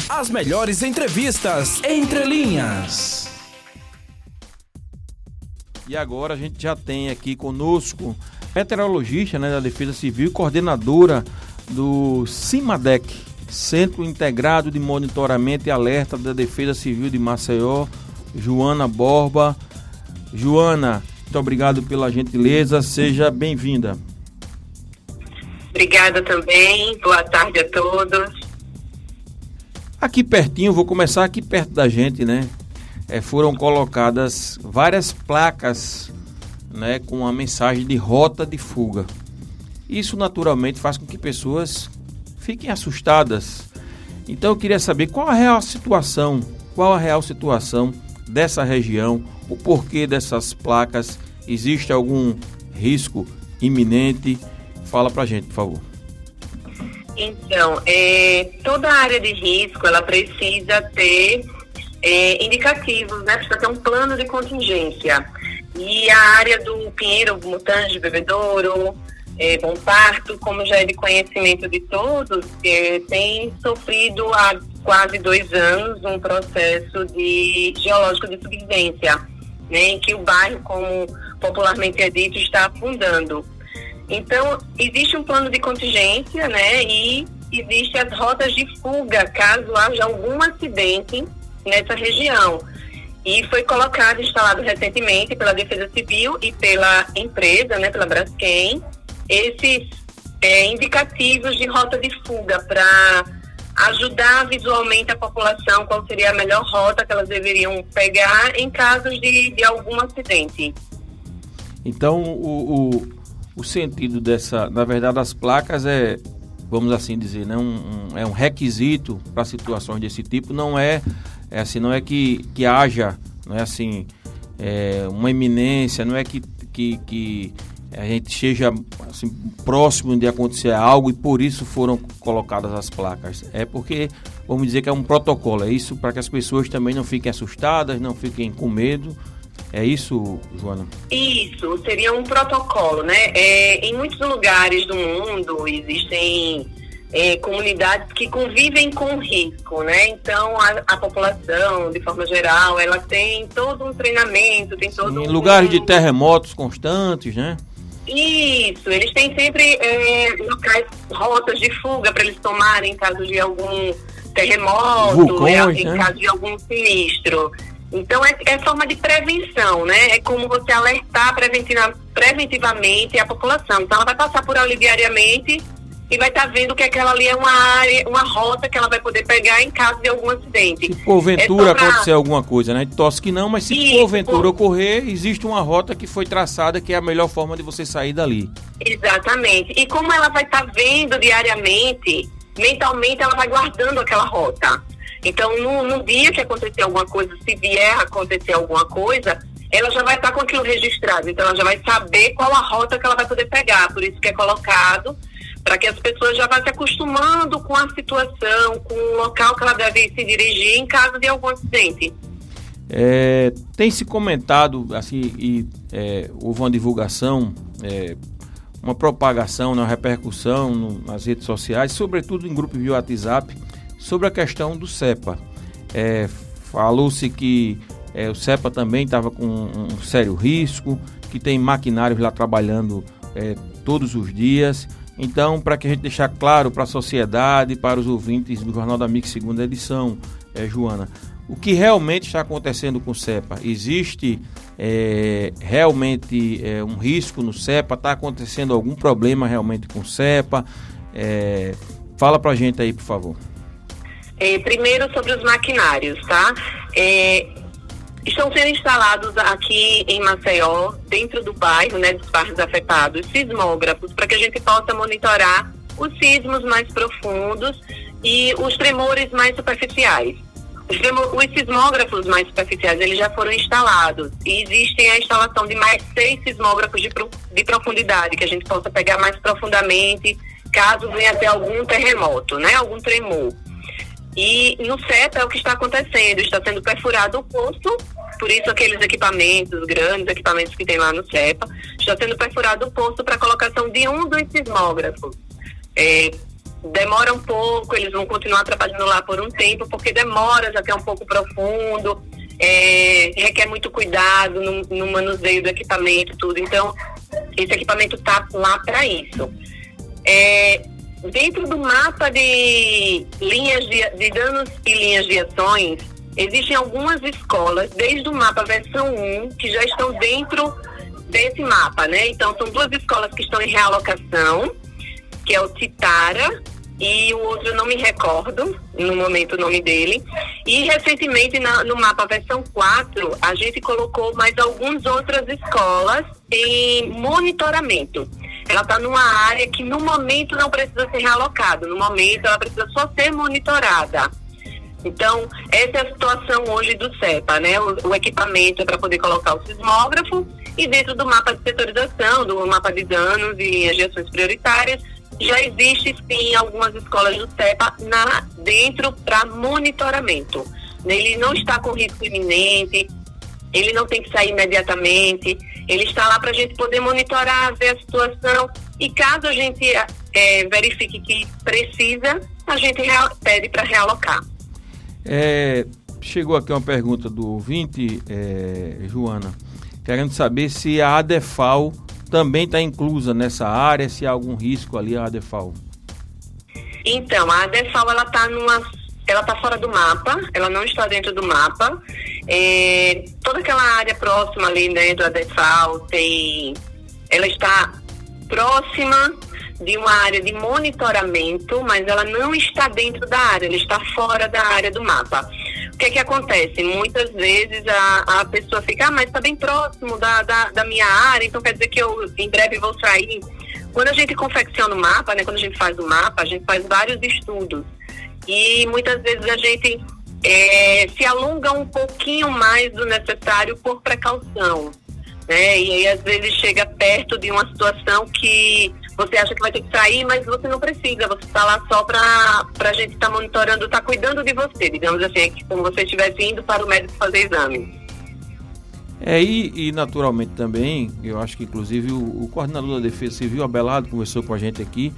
As melhores entrevistas Entre Linhas. E agora a gente já tem aqui conosco meteorologista, da Defesa Civil e coordenadora do CIMADEC, Centro Integrado de Monitoramento e Alerta da Defesa Civil de Maceió, Joana Borba. Joana, muito obrigado pela gentileza, seja bem-vinda. Obrigada também, boa tarde a todos. Aqui pertinho, vou começar aqui perto da gente, foram colocadas várias placas, com a mensagem de rota de fuga. Isso naturalmente faz com que pessoas fiquem assustadas. Então eu queria saber qual a real situação dessa região, o porquê dessas placas, existe algum risco iminente? Fala pra gente, por favor. Então, toda a área de risco, ela precisa ter indicativos, precisa ter um plano de contingência. E a área do Pinheiro, Mutange, Bebedouro, Bom Parto, como já é de conhecimento de todos, tem sofrido há quase 2 anos um processo geológico de subsidência, em que o bairro, como popularmente é dito, está afundando. Então, existe um plano de contingência, e existem as rotas de fuga, caso haja algum acidente nessa região. E foi instalado recentemente pela Defesa Civil e pela empresa, pela Braskem, esses indicativos de rota de fuga para ajudar visualmente a população qual seria a melhor rota que elas deveriam pegar em casos de algum acidente. Então, o sentido na verdade, das placas vamos assim dizer, é um requisito para situações desse tipo, não é que haja, uma iminência, não é que a gente esteja assim, próximo de acontecer algo e por isso foram colocadas as placas. É porque, vamos dizer que é um protocolo, é isso para que as pessoas também não fiquem assustadas, não fiquem com medo. É isso, Joana? Isso, seria um protocolo, em muitos lugares do mundo existem comunidades que convivem com risco, Então, a população, de forma geral, ela tem todo um treinamento, tem todo lugares de terremotos constantes, Isso, eles têm sempre locais, rotas de fuga para eles tomarem em caso de algum terremoto, vulcões, em caso de algum sinistro. Então, é forma de prevenção, É como você alertar preventivamente a população. Então, ela vai passar por ali diariamente e vai estar vendo que aquela ali é uma área, uma rota que ela vai poder pegar em caso de algum acidente. Se porventura acontecer alguma coisa, Torce que não, mas se porventura ocorrer, existe uma rota que foi traçada que é a melhor forma de você sair dali. Exatamente. E como ela vai estar vendo diariamente, mentalmente ela vai guardando aquela rota. Então, no dia que acontecer alguma coisa, se vier a acontecer alguma coisa, ela já vai estar com aquilo registrado. Então, ela já vai saber qual a rota que ela vai poder pegar. Por isso que é colocado, para que as pessoas já vão se acostumando com a situação, com o local que ela deve se dirigir em caso de algum acidente. Tem se comentado, assim, houve uma divulgação, uma propagação, uma repercussão nas redes sociais, sobretudo em grupos de WhatsApp, sobre a questão do CEPA. Falou-se que o CEPA também estava com um sério risco, que tem maquinários lá trabalhando todos os dias. Então, para que a gente deixar claro para a sociedade, para os ouvintes do Jornal da Mix segunda edição, Joana, o que realmente está acontecendo com o CEPA? Existe realmente um risco no CEPA? Está acontecendo algum problema realmente com o CEPA? Fala para a gente aí, por favor. Primeiro sobre os maquinários, tá? Estão sendo instalados aqui em Maceió, dentro do bairro, dos bairros afetados, sismógrafos, para que a gente possa monitorar os sismos mais profundos e os tremores mais superficiais. Os sismógrafos mais superficiais, eles já foram instalados e existem a instalação de mais 6 sismógrafos de profundidade, que a gente possa pegar mais profundamente, caso venha ter algum terremoto, algum tremor. E no CEPA é o que está acontecendo, está sendo perfurado o poço, por isso aqueles equipamentos, grandes equipamentos que tem lá no CEPA, está sendo perfurado o poço para a colocação de um dos sismógrafos. demora um pouco, eles vão continuar trabalhando lá por um tempo, porque demora, já que é um pouco profundo, requer muito cuidado no manuseio do equipamento, tudo. Então, esse equipamento está lá para isso. Dentro do mapa de linhas de danos e linhas de ações, existem algumas escolas, desde o mapa versão 1, que já estão dentro desse mapa, né? Então, são 2 escolas que estão em realocação, que é o Titara e o outro eu não me recordo no momento o nome dele. E recentemente no mapa versão 4 a gente colocou mais algumas outras escolas em monitoramento. Ela está numa área que no momento não precisa ser realocada, no momento ela precisa só ser monitorada. Então, essa é a situação hoje do CEPA, né? O equipamento é para poder colocar o sismógrafo, e dentro do mapa de setorização, do mapa de danos e ações prioritárias, já existe sim algumas escolas do CEPA dentro para monitoramento. Ele não está com risco iminente, ele não tem que sair imediatamente, ele está lá para a gente poder monitorar, ver a situação, e caso a gente verifique que precisa, a gente pede para realocar. Chegou aqui uma pergunta do ouvinte, Joana, querendo saber se a ADEFAL também está inclusa nessa área, se há algum risco ali a ADEFAL. Então, a ADEFAL ela está fora do mapa, ela não está dentro do mapa. Toda aquela área próxima ali, né, do ADEFAL, ela está próxima de uma área de monitoramento, mas ela não está dentro da área, ela está fora da área do mapa. O que acontece? Muitas vezes a pessoa fica, mas está bem próximo da minha área, então quer dizer que eu em breve vou sair. Quando a gente confecciona o mapa, né, quando a gente faz o mapa, a gente faz vários estudos. E muitas vezes a gente se alonga um pouquinho mais do necessário por precaução, né? E aí às vezes chega perto de uma situação que você acha que vai ter que sair, mas você não precisa, você está lá só para a gente estar monitorando, está cuidando de você, digamos assim, é como se você estivesse indo para o médico fazer exame. E naturalmente também, eu acho que inclusive o coordenador da Defesa Civil, Abelardo, conversou com a gente aqui,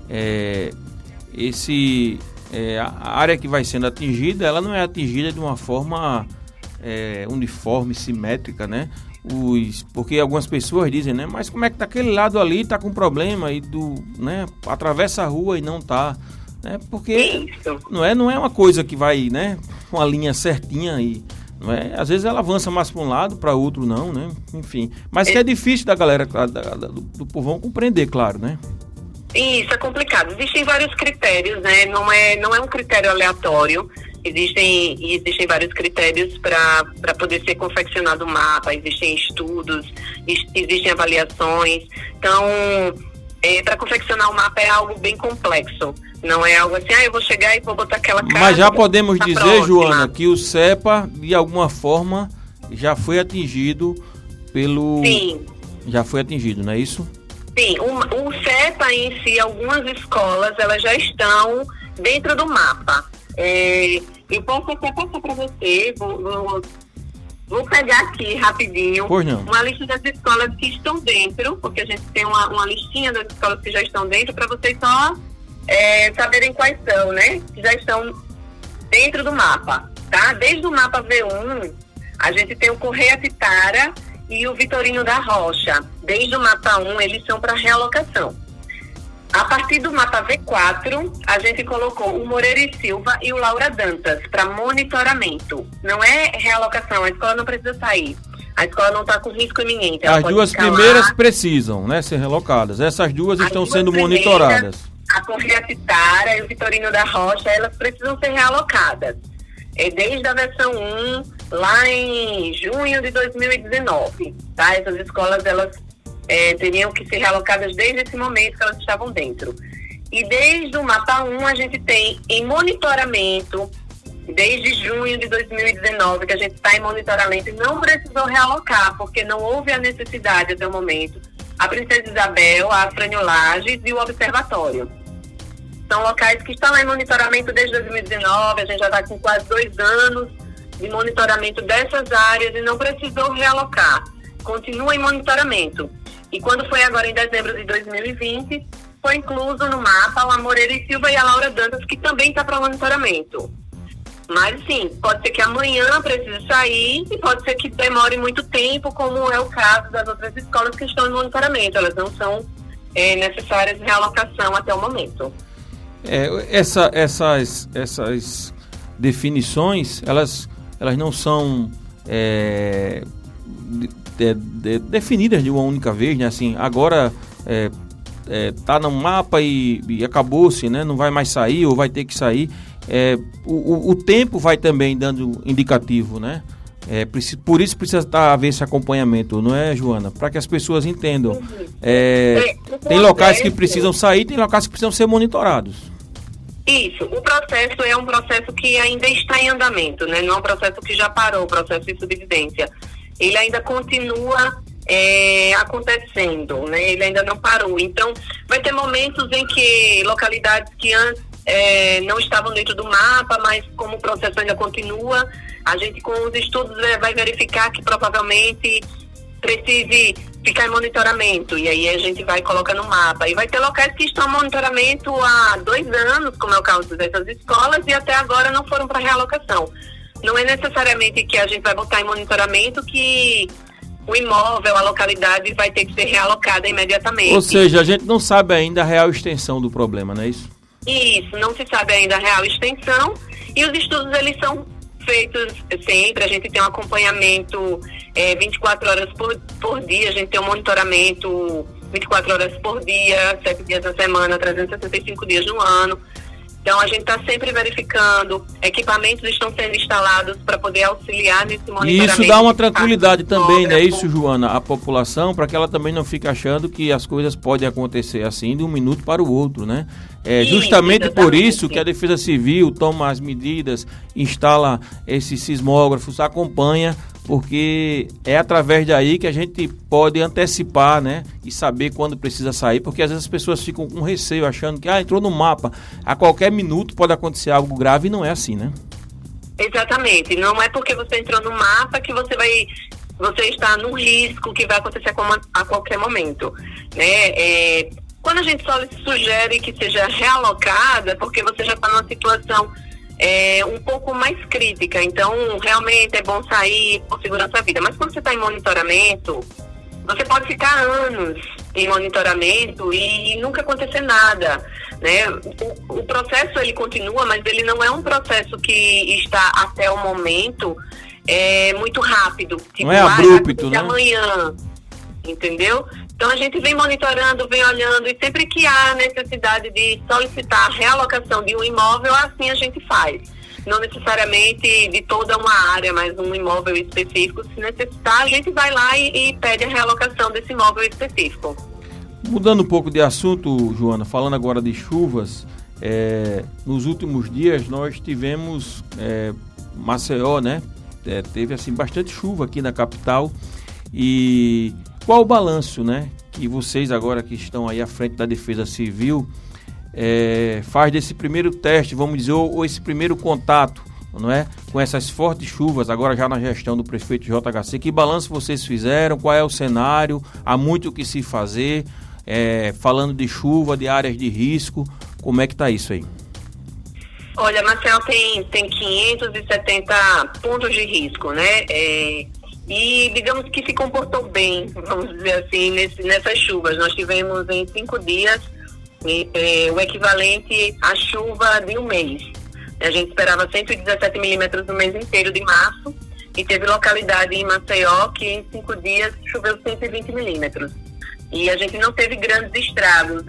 a área que vai sendo atingida, ela não é atingida de uma forma uniforme, simétrica, né? Porque algumas pessoas dizem, né? Mas como é que tá aquele lado ali, tá com problema e né? Atravessa a rua e não tá, né? Porque não é uma coisa que vai, né? Uma linha certinha e não é? Às vezes ela avança mais para um lado, para outro não, né? Enfim, mas que é difícil da galera do povão compreender, claro, né? Isso é complicado. Existem vários critérios, né? Não é um critério aleatório. Existem vários critérios para poder ser confeccionado o mapa, existem estudos, existem avaliações. Então, para confeccionar o mapa é algo bem complexo. Não é algo assim, eu vou chegar e vou botar aquela cara. Mas já podemos dizer, próxima, Joana, que o CEPA, de alguma forma, já foi atingido Sim. Já foi atingido, não é isso? Sim, o CEPA em si, algumas escolas, elas já estão dentro do mapa. Eu posso até passar para você, vou pegar aqui rapidinho uma lista das escolas que estão dentro, porque a gente tem uma listinha das escolas que já estão dentro, para vocês só saberem quais são, né? Que já estão dentro do mapa, tá? Desde o mapa V1, a gente tem o Correia Titara e o Vitorino da Rocha. Desde o mapa 1, eles são para realocação. A partir do mapa V4, a gente colocou o Moreira e Silva e o Laura Dantas para monitoramento. Não é realocação, a escola não precisa sair. A escola não está com risco iminente. As duas primeiras precisam, né, ser relocadas. Essas duas estão sendo monitoradas. A Correia Titara e o Vitorino da Rocha, elas precisam ser realocadas. Desde a versão 1, lá em junho de 2019. Tá? Essas escolas, elas teriam que ser realocadas desde esse momento que elas estavam dentro. E desde o mapa 1 a gente tem em monitoramento, desde junho de 2019 que a gente está em monitoramento e não precisou realocar, porque não houve a necessidade até o momento. A Princesa Isabel, a Franiolages e o Observatório. São locais que estão em monitoramento desde 2019, a gente já está com quase 2 anos de monitoramento dessas áreas e não precisou realocar. Continua em monitoramento. E quando foi agora em dezembro de 2020, foi incluso no mapa o Amoreira e Silva e a Laura Dantas, que também está para monitoramento. Mas sim, pode ser que amanhã precise sair e pode ser que demore muito tempo, como é o caso das outras escolas que estão em monitoramento. Elas não são necessárias realocação até o momento. Essas definições, elas não são definidas de uma única vez, né? Assim, agora tá no mapa e acabou-se, né? Não vai mais sair ou vai ter que sair. O tempo vai também dando indicativo, né? Por isso precisa haver esse acompanhamento, não é, Joana? Para que as pessoas entendam. Tem locais que precisam sair, tem locais que precisam ser monitorados. Isso, o processo é um processo que ainda está em andamento, né? Não é um processo que já parou, o processo de subsidência. Ele ainda continua acontecendo, né? Ele ainda não parou. Então, vai ter momentos em que localidades que antes não estavam dentro do mapa, mas como o processo ainda continua, a gente com os estudos vai verificar que provavelmente precise ficar em monitoramento, e aí a gente vai colocar no mapa. E vai ter locais que estão em monitoramento há 2 anos, como é o caso dessas escolas, e até agora não foram para realocação. Não é necessariamente que a gente vai botar em monitoramento que o imóvel, a localidade vai ter que ser realocada imediatamente. Ou seja, a gente não sabe ainda a real extensão do problema, não é isso? Isso, não se sabe ainda a real extensão, e os estudos eles são feitos sempre, a gente tem um acompanhamento 24 horas por dia, a gente tem um monitoramento 24 horas por dia, 7 dias na semana, 365 dias no ano. Então a gente está sempre verificando, equipamentos estão sendo instalados para poder auxiliar nesse monitoramento. E isso dá uma tranquilidade também, não é isso, Joana? A população, para que ela também não fique achando que as coisas podem acontecer assim de um minuto para o outro, né? Justamente por isso que a Defesa Civil toma as medidas, instala esses sismógrafos, acompanha, porque é através daí que a gente pode antecipar, né, e saber quando precisa sair, porque às vezes as pessoas ficam com receio, achando que entrou no mapa, a qualquer minuto pode acontecer algo grave, e não é assim, né? Exatamente, não é porque você entrou no mapa que você está num risco que vai acontecer a qualquer momento, né? Quando a gente só sugere que seja realocada, porque você já está numa situação um pouco mais crítica, então realmente é bom sair por segurança da vida. Mas quando você está em monitoramento, você pode ficar anos em monitoramento e nunca acontecer nada, né? O processo ele continua, mas ele não é um processo que está até o momento muito rápido, tipo, não é abrupto, né? Amanhã, entendeu? Então a gente vem monitorando, vem olhando, e sempre que há necessidade de solicitar a realocação de um imóvel, assim a gente faz. Não necessariamente de toda uma área, mas um imóvel específico. Se necessitar, a gente vai lá e pede a realocação desse imóvel específico. Mudando um pouco de assunto, Joana, falando agora de chuvas, nos últimos dias nós tivemos Maceió, né? Teve assim bastante chuva aqui na capital. E qual o balanço, né, que vocês agora que estão aí à frente da Defesa Civil faz desse primeiro teste, vamos dizer, ou esse primeiro contato, não é, com essas fortes chuvas, agora já na gestão do prefeito JHC? Que balanço vocês fizeram? Qual é o cenário? Há muito o que se fazer, falando de chuva, de áreas de risco, como é que está isso aí? Olha, Maceió tem 570 pontos de risco, né? E digamos que se comportou bem, vamos dizer assim, nessas chuvas. Nós tivemos em 5 dias o equivalente à chuva de um mês. A gente esperava 117 milímetros no mês inteiro de março, e teve localidade em Maceió que em 5 dias choveu 120 milímetros. E a gente não teve grandes estragos.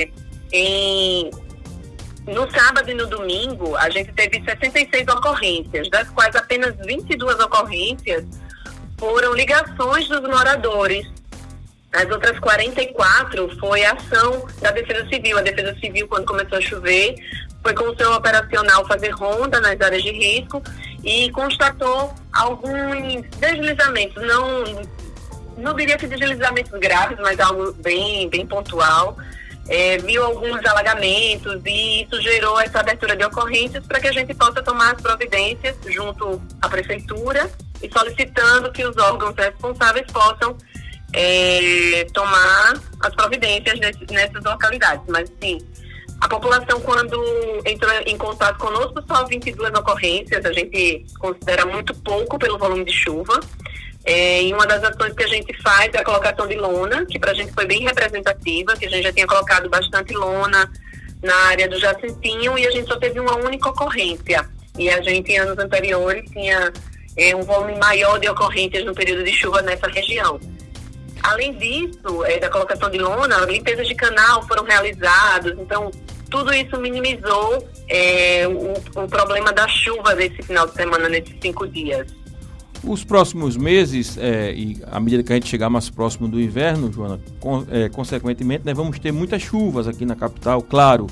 No sábado e no domingo, a gente teve 66 ocorrências, das quais apenas 22 ocorrências foram ligações dos moradores. As outras 44 foi a ação da Defesa Civil. A Defesa Civil, quando começou a chover, foi com o seu operacional fazer ronda nas áreas de risco e constatou alguns deslizamentos, não diria que deslizamentos graves, mas algo bem, bem pontual. Viu alguns alagamentos, e isso gerou essa abertura de ocorrências para que a gente possa tomar as providências junto à prefeitura e solicitando que os órgãos responsáveis possam tomar as providências nessas localidades. Mas, sim, a população, quando entrou em contato conosco, só 22 ocorrências, a gente considera muito pouco pelo volume de chuva. E uma das ações que a gente faz é a colocação de lona, que para a gente foi bem representativa, que a gente já tinha colocado bastante lona na área do Jacintinho e a gente só teve uma única ocorrência. E a gente, em anos anteriores, tinha um volume maior de ocorrências no período de chuva nessa região. Além disso, da colocação de lona, limpezas de canal foram realizadas, então tudo isso minimizou o problema da chuva desse final de semana, nesses 5 dias. Os próximos meses, e à medida que a gente chegar mais próximo do inverno, Joana, consequentemente, né, vamos ter muitas chuvas aqui na capital, claro.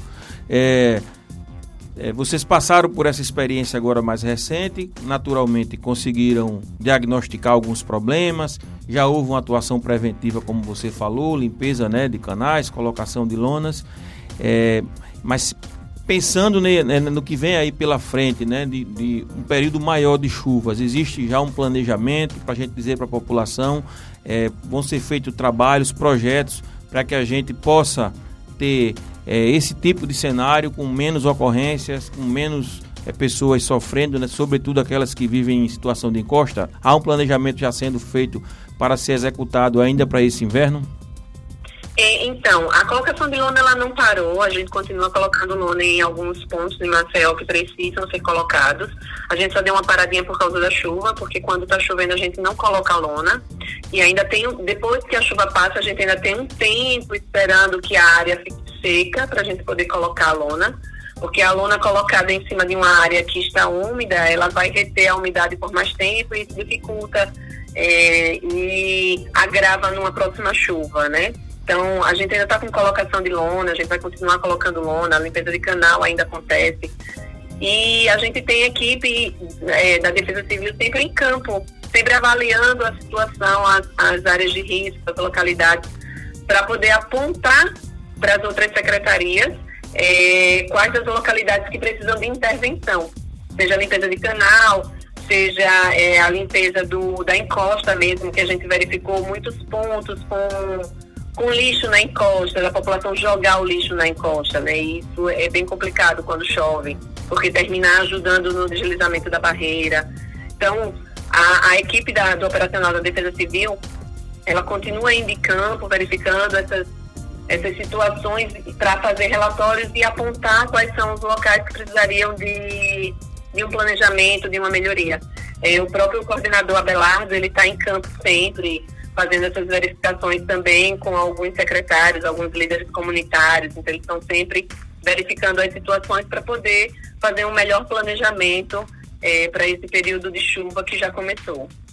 Vocês passaram por essa experiência agora mais recente, naturalmente conseguiram diagnosticar alguns problemas, já houve uma atuação preventiva, como você falou, limpeza, né, de canais, colocação de lonas, mas pensando no que vem aí pela frente, né, de um período maior de chuvas, existe já um planejamento para a gente dizer para a população, vão ser feitos trabalhos, projetos para que a gente possa ter esse tipo de cenário com menos ocorrências, com menos pessoas sofrendo, né, sobretudo aquelas que vivem em situação de encosta? Há um planejamento já sendo feito para ser executado ainda para esse inverno? Então, a colocação de lona ela não parou, a gente continua colocando lona em alguns pontos de Maceió que precisam ser colocados. A gente só deu uma paradinha por causa da chuva, porque quando está chovendo a gente não coloca lona. E ainda depois que a chuva passa, a gente ainda tem um tempo esperando que a área fique seca para a gente poder colocar a lona. Porque a lona colocada em cima de uma área que está úmida, ela vai reter a umidade por mais tempo e isso dificulta e agrava numa próxima chuva, né? Então, a gente ainda está com colocação de lona, a gente vai continuar colocando lona, a limpeza de canal ainda acontece. E a gente tem equipe da Defesa Civil sempre em campo, sempre avaliando a situação, as áreas de risco, as localidades, para poder apontar para as outras secretarias quais as localidades que precisam de intervenção, seja a limpeza de canal, seja a limpeza da encosta mesmo, que a gente verificou muitos pontos com lixo na encosta, da população jogar o lixo na encosta, né? E isso é bem complicado quando chove, porque termina ajudando no deslizamento da barreira. Então, a equipe do operacional da Defesa Civil, ela continua indo em campo, verificando essas situações para fazer relatórios e apontar quais são os locais que precisariam de um planejamento, de uma melhoria. O próprio coordenador Abelardo, ele está em campo sempre, fazendo essas verificações também com alguns secretários, alguns líderes comunitários, então eles estão sempre verificando as situações para poder fazer um melhor planejamento para esse período de chuva que já começou.